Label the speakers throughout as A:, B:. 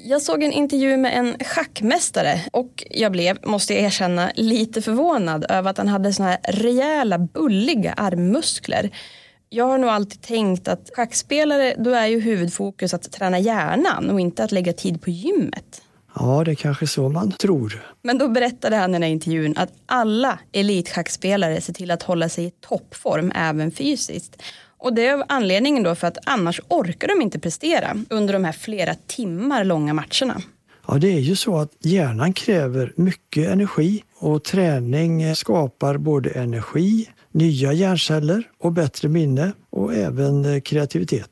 A: Jag såg en intervju med en schackmästare och jag blev, måste jag erkänna, lite förvånad över att han hade såna här rejäla, bulliga armmuskler. Jag har nog alltid tänkt att schackspelare, då är ju huvudfokus att träna hjärnan och inte att lägga tid på gymmet.
B: Ja, det är kanske så man tror.
A: Men då berättade han i den här intervjun att alla elitschackspelare ser till att hålla sig i toppform även fysiskt. Och det är anledningen då för att annars orkar de inte prestera under de här flera timmar långa matcherna.
B: Ja, det är ju så att hjärnan kräver mycket energi och träning skapar både energi, nya hjärnceller och bättre minne och även kreativitet.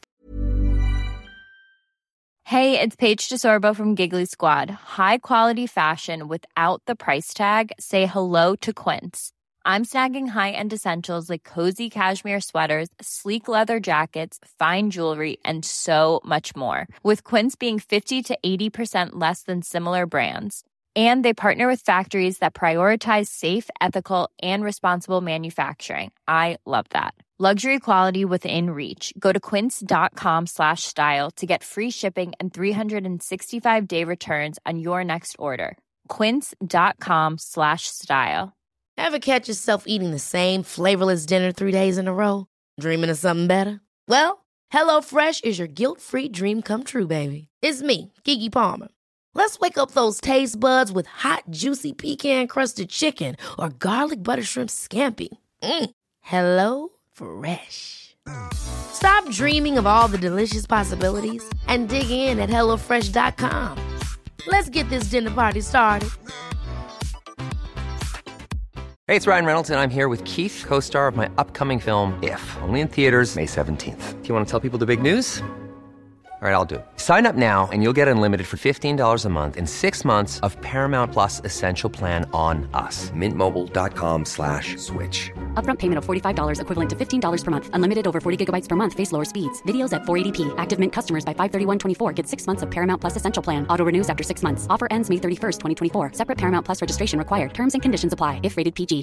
C: Hey, it's Paige DeSorbo from Giggly Squad. High quality fashion without the price tag. Say hello to Quince. I'm snagging high-end essentials like cozy cashmere sweaters, sleek leather jackets, fine jewelry, and so much more. With Quince being 50 to 80% less than similar brands. And they partner with factories that prioritize safe, ethical, and responsible manufacturing. I love that. Luxury quality within reach. Go to quince.com/style to get free shipping and 365-day returns on your next order. Quince.com/style.
D: Ever catch yourself eating the same flavorless dinner 3 days in a row? Dreaming of something better? Well, HelloFresh is your guilt-free dream come true, baby. It's me, Keke Palmer. Let's wake up those taste buds with hot, juicy pecan-crusted chicken or garlic butter shrimp scampi. Hello Fresh. Stop dreaming of all the delicious possibilities and dig in at HelloFresh.com. Let's get this dinner party started.
E: Hey, it's Ryan Reynolds, and I'm here with Keith, co-star of my upcoming film, If, only in theaters May 17th. Do you want to tell people the big news? All right, I'll do it. Sign up now and you'll get unlimited for $15 a month and 6 months of Paramount Plus Essential Plan on us. MintMobile.com/switch.
F: Upfront payment of $45 equivalent to $15 per month. Unlimited over 40 gigabytes per month. Face lower speeds. Videos at 480p. Active Mint customers by 531.24 get 6 months of Paramount Plus Essential Plan. Auto renews after 6 months. Offer ends May 31st, 2024. Separate Paramount Plus registration required. Terms and conditions apply if rated PG.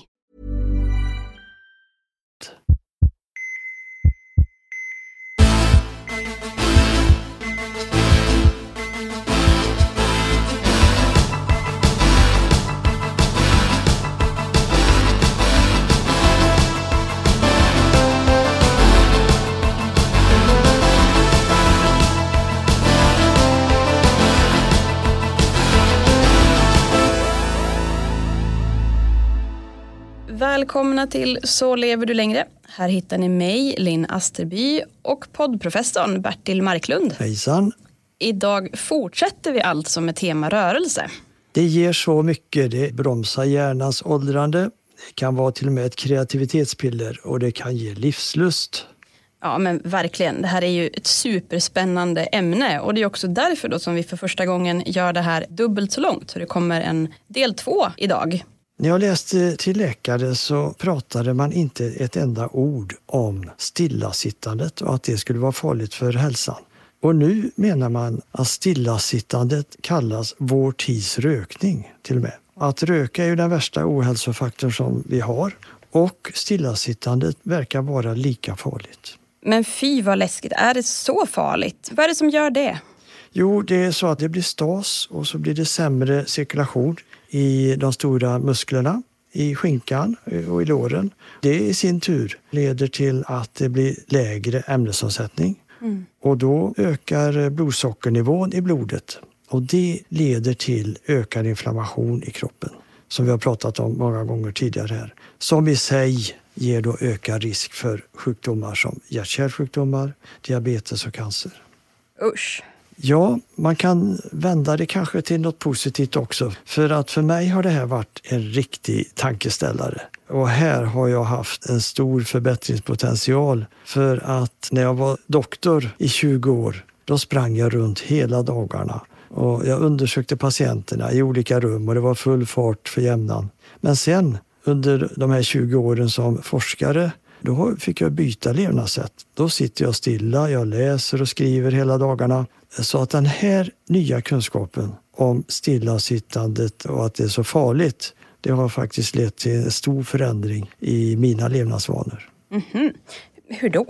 A: Välkomna till Så lever du längre. Här hittar ni mig, Linn Asterby, och poddprofessorn Bertil Marklund.
B: Hejsan.
A: Idag fortsätter vi alltså med tema rörelse.
B: Det ger så mycket, det bromsar hjärnans åldrande. Det kan vara till och med ett kreativitetspiller och det kan ge livslust.
A: Ja, men verkligen. Det här är ju ett superspännande ämne och det är också därför då som vi för första gången gör det här dubbelt så långt. Så det kommer en del 2 idag.
B: När jag läste till läkare så pratade man inte ett enda ord om stillasittandet och att det skulle vara farligt för hälsan. Och nu menar man att stillasittandet kallas vår tids rökning till och med. Att röka är ju den värsta ohälsofaktorn som vi har och stillasittandet verkar vara lika farligt.
A: Men fy vad läskigt, är det så farligt? Vad är det som gör det?
B: Jo, det är så att det blir stas och så blir det sämre cirkulation i de stora musklerna, i skinkan och i låren. Det i sin tur leder till att det blir lägre ämnesomsättning. Och då ökar blodsockernivån i blodet. Och det leder till ökad inflammation i kroppen. Som vi har pratat om många gånger tidigare här. Som i sig ger då ökad risk för sjukdomar som hjärt-kärlsjukdomar, diabetes och cancer.
A: Usch.
B: Ja, man kan vända det kanske till något positivt också. För att för mig har det här varit en riktig tankeställare. Och här har jag haft en stor förbättringspotential. För att när jag var doktor i 20 år, då sprang jag runt hela dagarna. Och jag undersökte patienterna i olika rum och det var full fart för jämnan. Men sen under de här 20 åren som forskare, då fick jag byta levnadssätt. Då sitter jag stilla, jag läser och skriver hela dagarna. Så att den här nya kunskapen om stillasittandet och att det är så farligt, det har faktiskt lett till en stor förändring i mina levnadsvanor.
A: Mm-hmm. Hur då?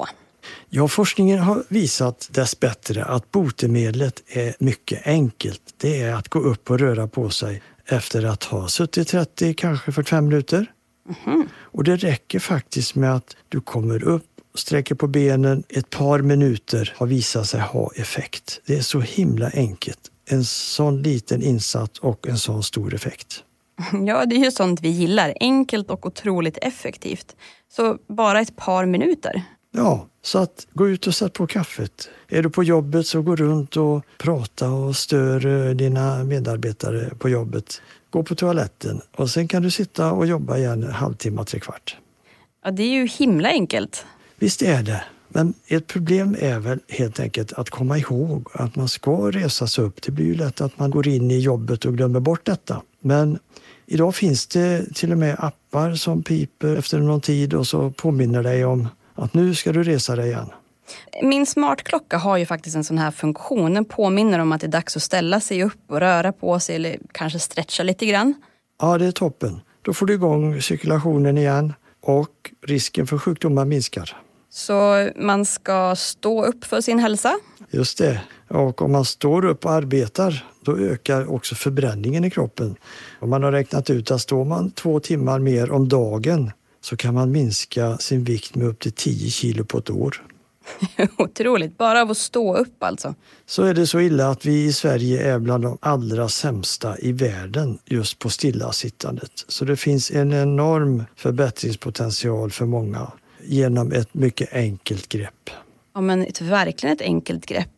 B: Ja, forskningen har visat dess bättre att botemedlet är mycket enkelt. Det är att gå upp och röra på sig efter att ha suttit 30, kanske 45 minuter. Och det räcker faktiskt med att du kommer upp, sträcker på benen, ett par minuter har visat sig ha effekt. Det är så himla enkelt. En sån liten insats och en sån stor effekt.
A: Ja, det är ju sånt vi gillar. Enkelt och otroligt effektivt. Så bara ett par minuter.
B: Ja, så att gå ut och sätt på kaffet. Är du på jobbet så gå runt och prata och stör dina medarbetare på jobbet. Gå på toaletten och sen kan du sitta och jobba igen en halvtimme, 3/4.
A: Ja, det är ju himla enkelt.
B: Visst är det. Men ett problem är väl helt enkelt att komma ihåg att man ska resa sig upp. Det blir ju lätt att man går in i jobbet och glömmer bort detta. Men idag finns det till och med appar som piper efter någon tid och så påminner dig om att nu ska du resa dig igen.
A: Min smartklocka har ju faktiskt en sån här funktion. Den påminner om att det är dags att ställa sig upp och röra på sig eller kanske stretcha lite grann.
B: Ja, det är toppen. Då får du igång cirkulationen igen och risken för sjukdomar minskar.
A: Så man ska stå upp för sin hälsa?
B: Just det. Och om man står upp och arbetar, då ökar också förbränningen i kroppen. Om man har räknat ut att står man 2 timmar mer om dagen så kan man minska sin vikt med upp till 10 kilo på ett år.
A: Otroligt, bara av att stå upp alltså.
B: Så är det så illa att vi i Sverige är bland de allra sämsta i världen just på stillasittandet. Så det finns en enorm förbättringspotential för många genom ett mycket enkelt grepp.
A: Ja, men verkligen ett enkelt grepp.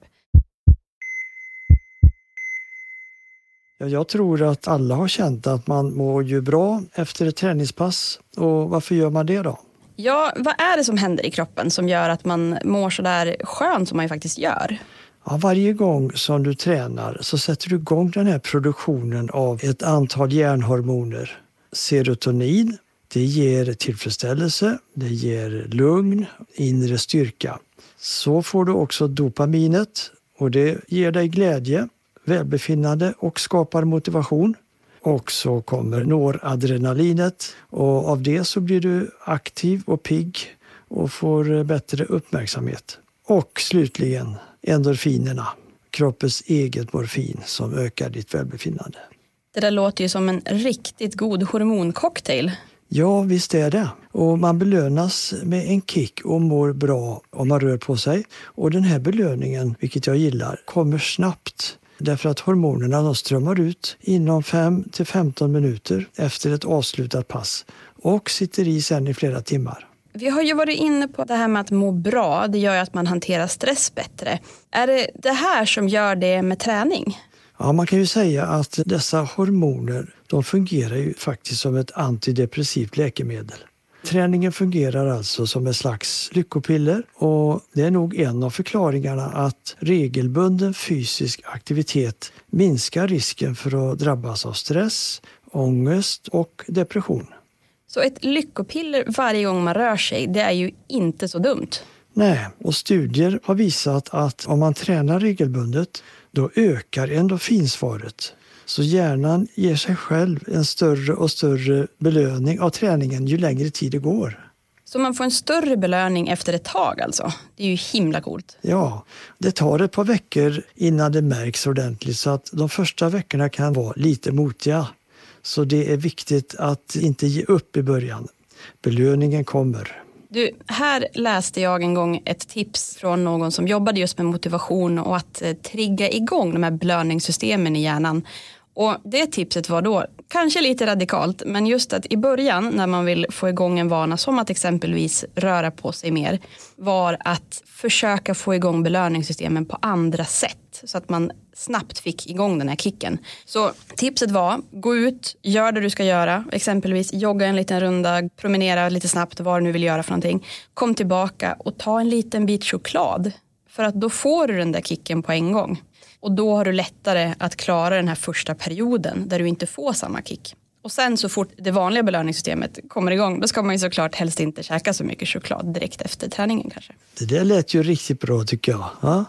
B: Ja, jag tror att alla har känt att man mår ju bra efter ett träningspass. Och varför gör man det då?
A: Ja, vad är det som händer i kroppen som gör att man mår så där skönt som man ju faktiskt gör?
B: Ja, varje gång som du tränar så sätter du igång den här produktionen av ett antal hjärnhormoner. Serotonin, det ger tillfredsställelse, det ger lugn, inre styrka. Så får du också dopaminet och det ger dig glädje, välbefinnande och skapar motivation. Och så kommer noradrenalinet och av det så blir du aktiv och pigg och får bättre uppmärksamhet. Och slutligen endorfinerna, kroppens eget morfin som ökar ditt välbefinnande.
A: Det där låter ju som en riktigt god hormoncocktail.
B: Ja, visst är det. Och man belönas med en kick och mår bra om man rör på sig. Och den här belöningen, vilket jag gillar, kommer snabbt. Därför att hormonerna de strömmar ut inom 5-15 minuter efter ett avslutat pass och sitter i sen i flera timmar.
A: Vi har ju varit inne på det här med att må bra. Det gör ju att man hanterar stress bättre. Är det det här som gör det med träning?
B: Ja, man kan ju säga att dessa hormoner de fungerar ju faktiskt som ett antidepressivt läkemedel. Träningen fungerar alltså som ett slags lyckopiller och det är nog en av förklaringarna att regelbunden fysisk aktivitet minskar risken för att drabbas av stress, ångest och depression.
A: Så ett lyckopiller varje gång man rör sig, det är ju inte så dumt.
B: Nej, och studier har visat att om man tränar regelbundet då ökar endorfinsvaret. Så hjärnan ger sig själv en större och större belöning av träningen ju längre tid det går.
A: Så man får en större belöning efter ett tag alltså? Det är ju himla coolt.
B: Ja, det tar ett par veckor innan det märks ordentligt så att de första veckorna kan vara lite motiga. Så det är viktigt att inte ge upp i början. Belöningen kommer.
A: Du, här läste jag en gång ett tips från någon som jobbade just med motivation och att trigga igång de här belöningssystemen i hjärnan. Och det tipset var då kanske lite radikalt, men just att i början när man vill få igång en vana som att exempelvis röra på sig mer var att försöka få igång belöningssystemen på andra sätt så att man snabbt fick igång den här kicken. Så tipset var, gå ut, gör det du ska göra, exempelvis jogga en liten runda, promenera lite snabbt, vad du nu vill göra för någonting. Kom tillbaka och ta en liten bit choklad för att då får du den där kicken på en gång. Och då har du lättare att klara den här första perioden där du inte får samma kick. Och sen så fort det vanliga belöningssystemet kommer igång, då ska man ju såklart helst inte käka så mycket choklad direkt efter träningen kanske.
B: Det där lät ju riktigt bra tycker jag. Ja?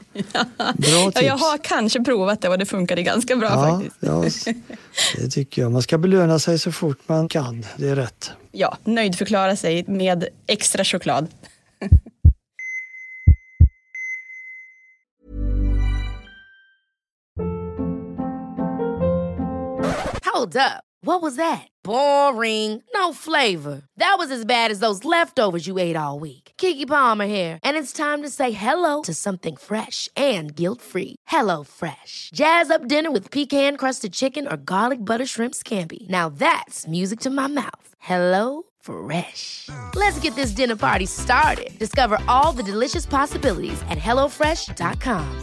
B: Bra tips.
A: Ja, jag har kanske provat det och det funkade ganska bra faktiskt.
B: Ja, det tycker jag. Man ska belöna sig så fort man kan, det är rätt.
A: Ja, nöjdförklara sig med extra choklad.
D: Hold up. What was that? Boring. No flavor. That was as bad as those leftovers you ate all week. Keke Palmer here. And it's time to say hello to something fresh and guilt-free. Hello Fresh. Jazz up dinner with pecan-crusted chicken or garlic butter shrimp scampi. Now that's music to my mouth. Hello Fresh. Let's get this dinner party started. Discover all the delicious possibilities at hellofresh.com.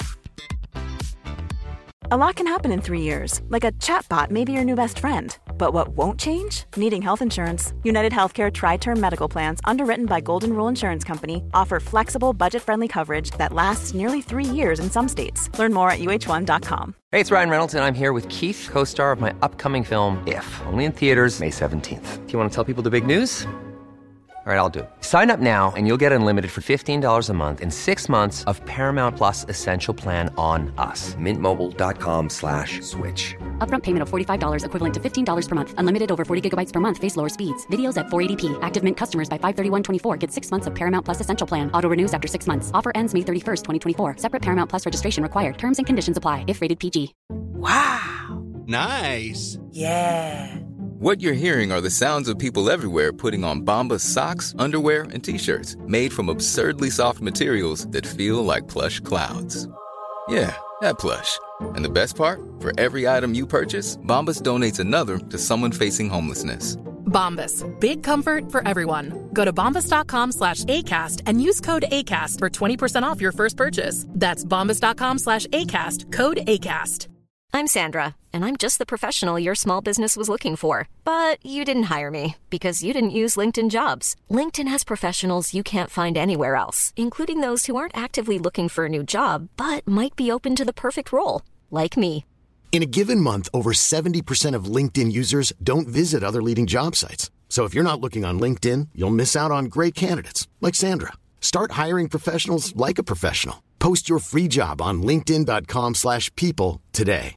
G: A lot can happen in 3 years, like a chatbot may be your new best friend. But what won't change? Needing health insurance. United Healthcare Tri-Term Medical Plans, underwritten by Golden Rule Insurance Company, offer flexible, budget-friendly coverage that lasts nearly 3 years in some states. Learn more at uh1.com.
E: Hey, it's Ryan Reynolds, and I'm here with Keith, co-star of my upcoming film, If, only in theaters May 17th. Do you want to tell people the big news? All right, I'll do it. Sign up now and you'll get unlimited for $15 a month and 6 months of Paramount Plus Essential Plan on us. MintMobile.com/switch.
F: Upfront payment of $45 equivalent to $15 per month. Unlimited over 40 gigabytes per month. Face lower speeds. Videos at 480p. Active Mint customers by 531.24 get 6 months of Paramount Plus Essential Plan. Auto renews after 6 months. Offer ends May 31st, 2024. Separate Paramount Plus registration required. Terms and conditions apply if rated PG.
H: Wow.
I: Nice.
H: Yeah.
I: What you're hearing are the sounds of people everywhere putting on Bombas socks, underwear, and T-shirts made from absurdly soft materials that feel like plush clouds. Yeah, that plush. And the best part? For every item you purchase, Bombas donates another to someone facing homelessness.
J: Bombas. Big comfort for everyone. Go to bombas.com/ACAST and use code ACAST for 20% off your first purchase. That's bombas.com/ACAST. Code ACAST.
K: I'm Sandra, and I'm just the professional your small business was looking for. But you didn't hire me because you didn't use LinkedIn Jobs. LinkedIn has professionals you can't find anywhere else, including those who aren't actively looking for a new job, but might be open to the perfect role, like me.
L: In a given month, over 70% of LinkedIn users don't visit other leading job sites. So if you're not looking on LinkedIn, you'll miss out on great candidates, like Sandra. Start hiring professionals like a professional. Post your free job on linkedin.com/people today.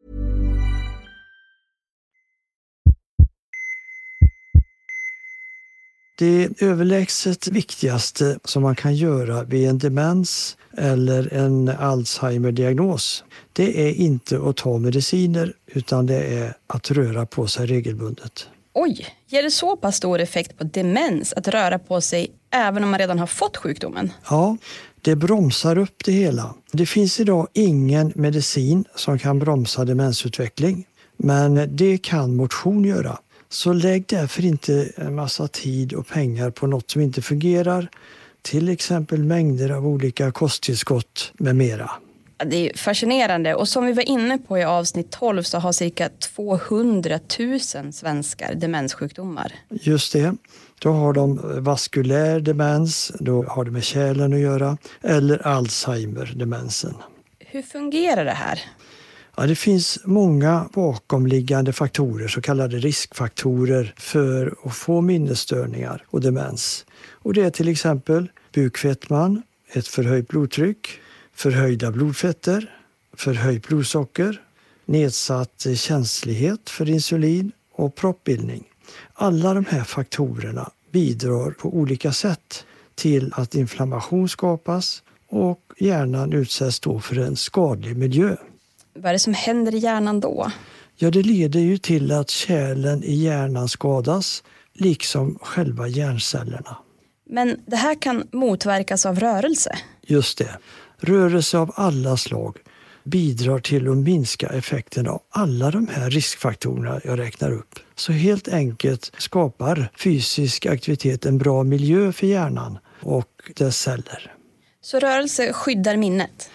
B: Det överlägset viktigaste som man kan göra vid en demens eller en Alzheimer-diagnos, det är inte att ta mediciner utan det är att röra på sig regelbundet.
A: Oj, ger det så pass stor effekt på demens att röra på sig även om man redan har fått sjukdomen?
B: Ja, det bromsar upp det hela. Det finns idag ingen medicin som kan bromsa demensutveckling, men det kan motion göra. Så lägg därför inte en massa tid och pengar på något som inte fungerar, till exempel mängder av olika kosttillskott med mera.
A: Det är fascinerande, och som vi var inne på i avsnitt 12 så har cirka 200 000 svenskar demenssjukdomar.
B: Just det. Då har de vaskulär demens, då har det med kärlen att göra, eller Alzheimer-demensen.
A: Hur fungerar det här?
B: Ja, det finns många bakomliggande faktorer, så kallade riskfaktorer, för att få minnesstörningar och demens. Och det är till exempel bukfettman, ett förhöjt blodtryck, förhöjda blodfetter, förhöjt blodsocker, nedsatt känslighet för insulin och proppbildning. Alla de här faktorerna bidrar på olika sätt till att inflammation skapas och hjärnan utsätts då för en skadlig miljö.
A: Vad är det som händer i hjärnan då?
B: Ja, det leder ju till att kärlen i hjärnan skadas, liksom själva hjärncellerna.
A: Men det här kan motverkas av rörelse?
B: Just det. Rörelse av alla slag bidrar till att minska effekten av alla de här riskfaktorerna jag räknar upp. Så helt enkelt skapar fysisk aktivitet en bra miljö för hjärnan och dess celler.
A: Så rörelse skyddar minnet?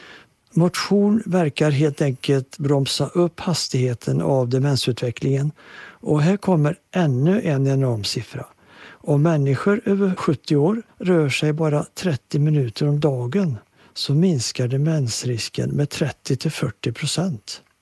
B: Motion verkar helt enkelt bromsa upp hastigheten av demensutvecklingen. Och här kommer ännu en enorm siffra. Om människor över 70 år rör sig bara 30 minuter om dagen så minskar demensrisken med 30-40%.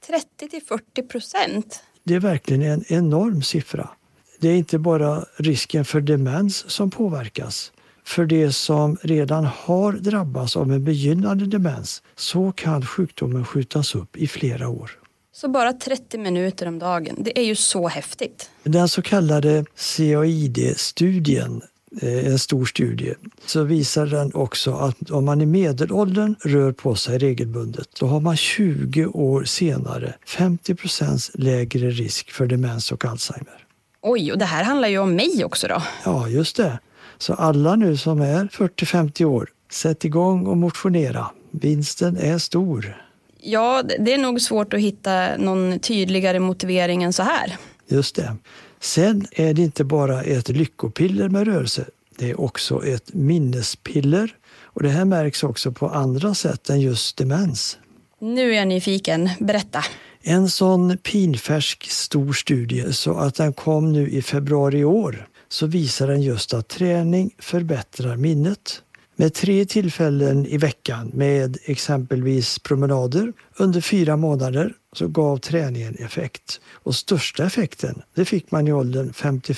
A: 30-40%?
B: Det är verkligen en enorm siffra. Det är inte bara risken för demens som påverkas. För det som redan har drabbats av en begynnande demens så kan sjukdomen skjutas upp i flera år.
A: Så bara 30 minuter om dagen, det är ju så häftigt.
B: Den så kallade CAID-studien, en stor studie, så visar den också att om man i medelåldern rör på sig regelbundet, då har man 20 år senare 50% lägre risk för demens och Alzheimer.
A: Oj, och det här handlar ju om mig också då.
B: Ja, just det. Så alla nu som är 40-50 år, sätt igång och motionera. Vinsten är stor.
A: Ja, det är nog svårt att hitta någon tydligare motivering än så här.
B: Just det. Sen är det inte bara ett lyckopiller med rörelse. Det är också ett minnespiller. Och det här märks också på andra sätt än just demens.
A: Nu är jag nyfiken. Berätta.
B: En sån pinfärsk stor studie, så att den kom nu i februari i år, så visar den just att träning förbättrar minnet. Med 3 tillfällen i veckan med exempelvis promenader under 4 månader så gav träningen effekt. Och största effekten, det fick man i åldern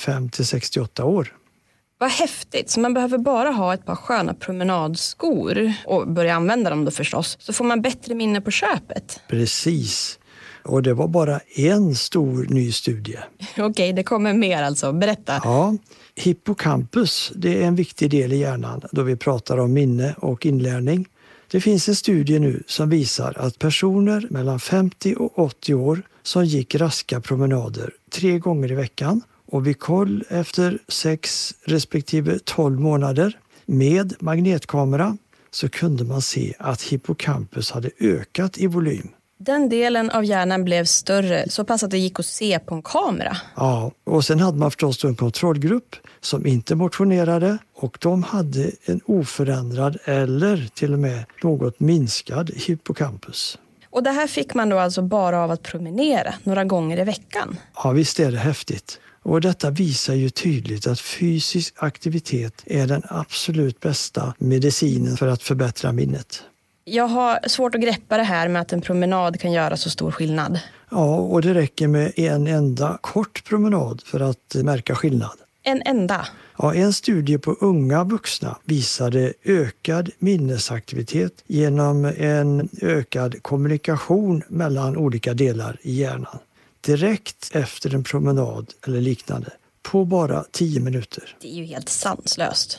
B: 55-68 år.
A: Vad häftigt, så man behöver bara ha ett par sköna promenadskor och börja använda dem då förstås, så får man bättre minne på köpet.
B: Precis. Och det var bara en stor ny studie.
A: Okej, det kommer mer alltså. Berätta.
B: Ja, hippocampus, det är en viktig del i hjärnan då vi pratar om minne och inlärning. Det finns en studie nu som visar att personer mellan 50 och 80 år som gick raska promenader 3 gånger i veckan och vid koll efter 6 respektive 12 månader med magnetkamera, så kunde man se att hippocampus hade ökat i volym.
A: Den delen av hjärnan blev större, så pass att det gick att se på en kamera.
B: Ja, och sen hade man förstås en kontrollgrupp som inte motionerade, och de hade en oförändrad eller till och med något minskad hippocampus.
A: Och det här fick man då alltså bara av att promenera några gånger i veckan?
B: Ja, visst är det häftigt. Och detta visar ju tydligt att fysisk aktivitet är den absolut bästa medicinen för att förbättra minnet.
A: Jag har svårt att greppa det här med att en promenad kan göra så stor skillnad.
B: Ja, och det räcker med en enda kort promenad för att märka skillnad.
A: En enda?
B: Ja, en studie på unga vuxna visade ökad minnesaktivitet genom en ökad kommunikation mellan olika delar i hjärnan. Direkt efter en promenad eller liknande, på bara 10 minuter.
A: Det är ju helt sanslöst.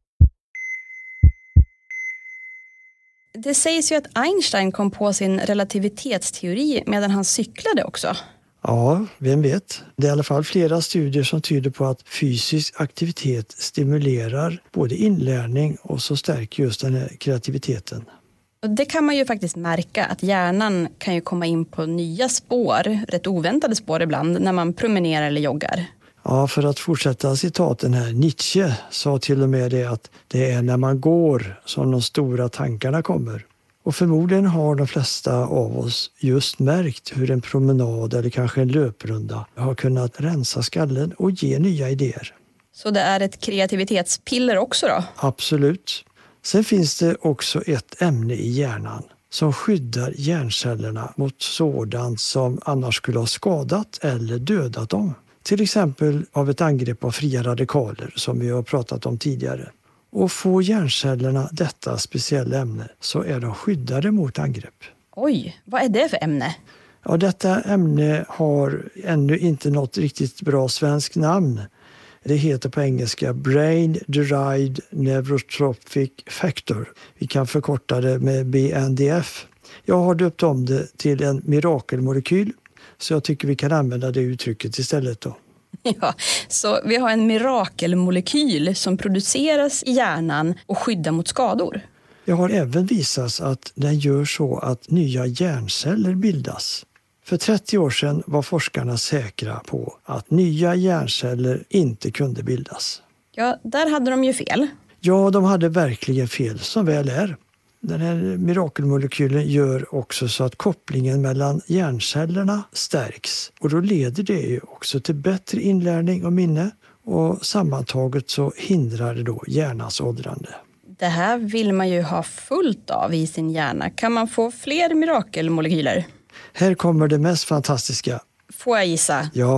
A: Det sägs ju att Einstein kom på sin relativitetsteori medan han cyklade också.
B: Ja, vem vet. Det är i alla fall flera studier som tyder på att fysisk aktivitet stimulerar både inlärning och så stärker just den här kreativiteten.
A: Och det kan man ju faktiskt märka, att hjärnan kan ju komma in på nya spår, rätt oväntade spår ibland, när man promenerar eller joggar.
B: Ja, för att fortsätta citaten här, Nietzsche sa till och med det att det är när man går som de stora tankarna kommer. Och förmodligen har de flesta av oss just märkt hur en promenad eller kanske en löprunda har kunnat rensa skallen och ge nya idéer.
A: Så det är ett kreativitetspiller också då?
B: Absolut. Sen finns det också ett ämne i hjärnan som skyddar hjärncellerna mot sådant som annars skulle ha skadat eller dödat dem. Till exempel av ett angrepp av fria radikaler som vi har pratat om tidigare. Och får hjärncellerna detta speciella ämne så är de skyddade mot angrepp.
A: Oj, vad är det för ämne?
B: Ja, detta ämne har ännu inte något riktigt bra svenskt namn. Det heter på engelska Brain Derived Neurotrophic Factor. Vi kan förkorta det med BNDF. Jag har döpt om det till en mirakelmolekyl, så jag tycker vi kan använda det uttrycket istället då.
A: Ja, så vi har en mirakelmolekyl som produceras i hjärnan och skyddar mot skador.
B: Det har även visats att den gör så att nya hjärnceller bildas. För 30 år sedan var forskarna säkra på att nya hjärnceller inte kunde bildas.
A: Ja, där hade de ju fel.
B: Ja, de hade verkligen fel, som väl är. Den här mirakelmolekylen gör också så att kopplingen mellan hjärncellerna stärks. Och då leder det ju också till bättre inlärning och minne. Och sammantaget så hindrar det då hjärnans åldrande.
A: Det här vill man ju ha fullt av i sin hjärna. Kan man få fler mirakelmolekyler?
B: Här kommer det mest fantastiska.
A: Får jag gissa?
B: Ja.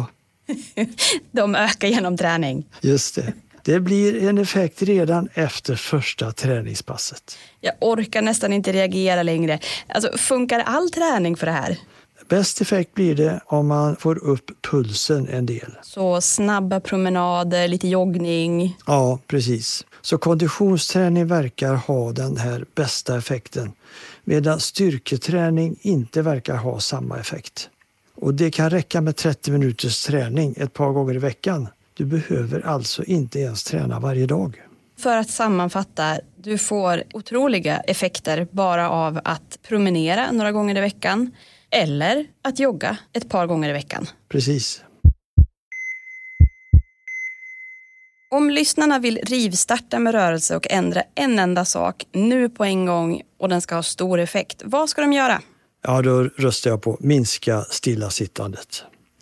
A: De ökar genom träning.
B: Just det. Det blir en effekt redan efter första träningspasset.
A: Jag orkar nästan inte reagera längre. Alltså, funkar all träning för det här?
B: Bäst effekt blir det om man får upp pulsen en del.
A: Så snabba promenader, lite joggning.
B: Ja, precis. Så konditionsträning verkar ha den här bästa effekten. Medan styrketräning inte verkar ha samma effekt. Och det kan räcka med 30 minuters träning ett par gånger i veckan. Du behöver alltså inte ens träna varje dag.
A: För att sammanfatta, du får otroliga effekter bara av att promenera några gånger i veckan. Eller att jogga ett par gånger i veckan.
B: Precis.
A: Om lyssnarna vill rivstarta med rörelse och ändra en enda sak nu på en gång och den ska ha stor effekt, vad ska de göra?
B: Ja, då röstar jag på minska stillasittandet.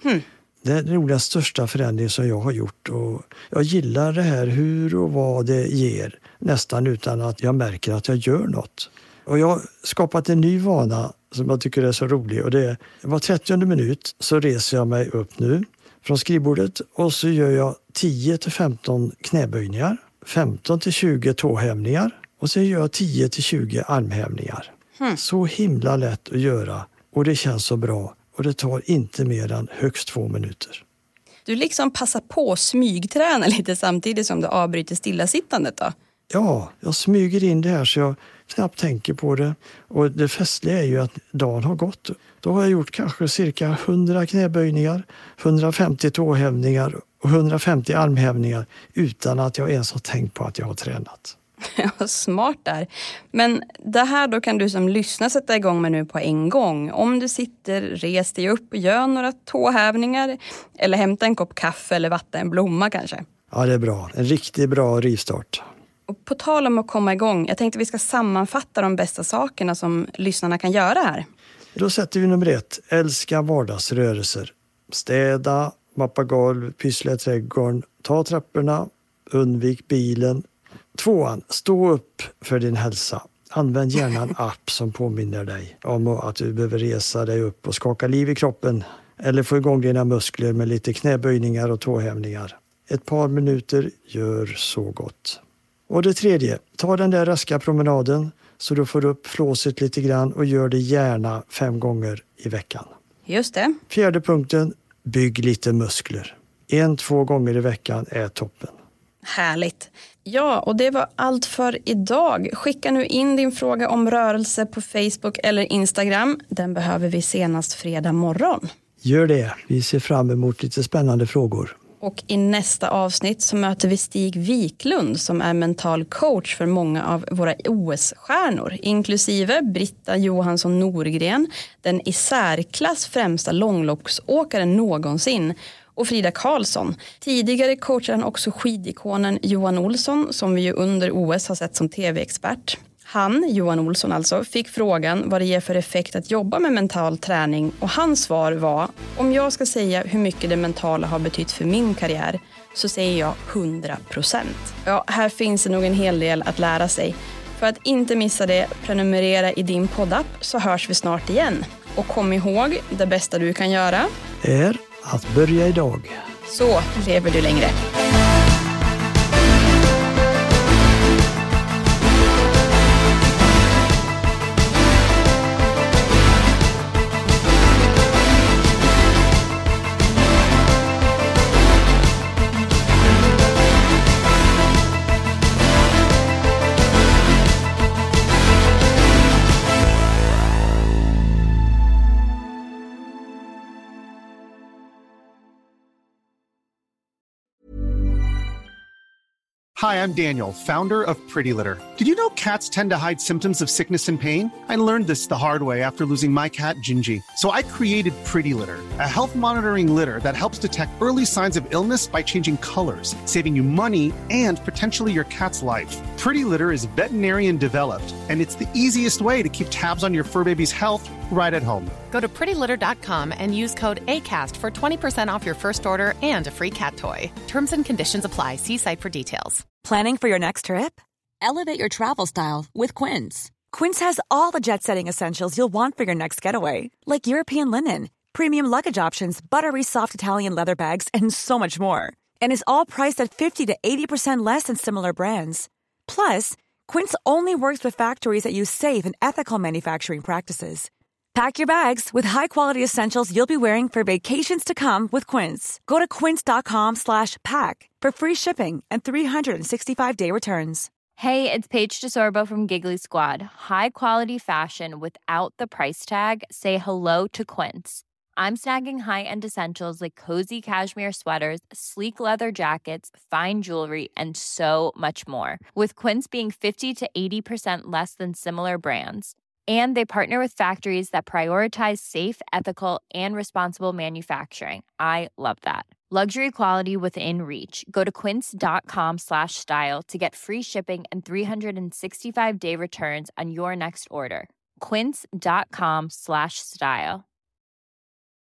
B: Det är nog den största förändringen som jag har gjort och jag gillar det här hur och vad det ger nästan utan att jag märker att jag gör något. Och jag har skapat en ny vana som jag tycker är så rolig och det är var 30:e minut så reser jag mig upp nu från skrivbordet och så gör jag 10-15 knäböjningar, 15-20 tåhävningar och så gör jag 10-20 armhävningar. Så himla lätt att göra och det känns så bra och det tar inte mer än högst 2 minuter.
A: Du liksom passar på att smygträna lite samtidigt som du avbryter stillasittandet då?
B: Ja, jag smyger in det här så jag knappt tänker på det. Och det festliga är ju att dagen har gått. Då har jag gjort kanske cirka 100 knäböjningar, 150 tåhävningar och 150 armhävningar utan att jag ens har tänkt på att jag har tränat.
A: Ja, smart där. Men det här då kan du som lyssnar sätta igång med nu på en gång. Om du sitter, res dig upp och gör några tåhävningar eller hämta en kopp kaffe eller vatta en blomma kanske.
B: Ja, det är bra. En riktigt bra rivstart.
A: Och på tal om att komma igång, jag tänkte vi ska sammanfatta de bästa sakerna som lyssnarna kan göra här.
B: Då sätter vi nummer 1. Älska vardagsrörelser. Städa, mappa golv, pyssla i trädgården, ta trapporna, undvik bilen. 2. Stå upp för din hälsa. Använd gärna en app som påminner dig om att du behöver resa dig upp och skaka liv i kroppen. Eller få igång dina muskler med lite knäböjningar och tåhävningar. Ett par minuter gör så gott. Och det 3. Ta den där raska promenaden så du får upp flåset lite grann och gör det gärna 5 gånger i veckan.
A: Just det.
B: 4. punkten, bygg lite muskler. 1-2 gånger i veckan är toppen.
A: Härligt. Ja, och det var allt för idag. Skicka nu in din fråga om rörelse på Facebook eller Instagram. Den behöver vi senast fredag morgon.
B: Gör det. Vi ser fram emot lite spännande frågor.
A: Och i nästa avsnitt så möter vi Stig Wiklund som är mental coach för många av våra OS-stjärnor. Inklusive Britta Johansson Norgren, den i särklass främsta långloppsåkaren någonsin. Och Frida Karlsson. Tidigare coachade han också skidikonen Johan Olsson som vi ju under OS har sett som tv-expert. Han, Johan Olsson alltså, fick frågan vad det ger för effekt att jobba med mental träning och hans svar var: om jag ska säga hur mycket det mentala har betytt för min karriär så säger jag 100%. Ja, här finns det nog en hel del att lära sig. För att inte missa det, prenumerera i din poddapp så hörs vi snart igen. Och kom ihåg, det bästa du kan göra
B: är att börja idag.
A: Så lever du längre.
M: Hi, I'm Daniel, founder of Pretty Litter. Did you know cats tend to hide symptoms of sickness and pain? I learned this the hard way after losing my cat, Gingy. So I created Pretty Litter, a health monitoring litter that helps detect early signs of illness by changing colors, saving you money and potentially your cat's life. Pretty Litter is veterinarian developed, and it's the easiest way to keep tabs on your fur baby's health right at home.
J: Go to prettylitter.com and use code ACAST for 20% off your first order and a free cat toy. Terms and conditions apply. See site for details.
N: Planning for your next trip? Elevate your travel style with Quince. Quince has all the jet-setting essentials you'll want for your next getaway, like European linen, premium luggage options, buttery soft Italian leather bags, and so much more. And is all priced at 50 to 80% less than similar brands. Plus, Quince only works with factories that use safe and ethical manufacturing practices. Pack your bags with high-quality essentials you'll be wearing for vacations to come with Quince. Go to quince.com/pack for free shipping and 365-day returns.
C: Hey, it's Paige DeSorbo from Giggly Squad. High quality fashion without the price tag. Say hello to Quince. I'm snagging high-end essentials like cozy cashmere sweaters, sleek leather jackets, fine jewelry, and so much more. With Quince being 50 to 80% less than similar brands. And they partner with factories that prioritize safe, ethical, and responsible manufacturing. I love that. Luxury quality within reach. Go to quince.com/style to get free shipping and 365-day returns on your next order. Quince.com/style.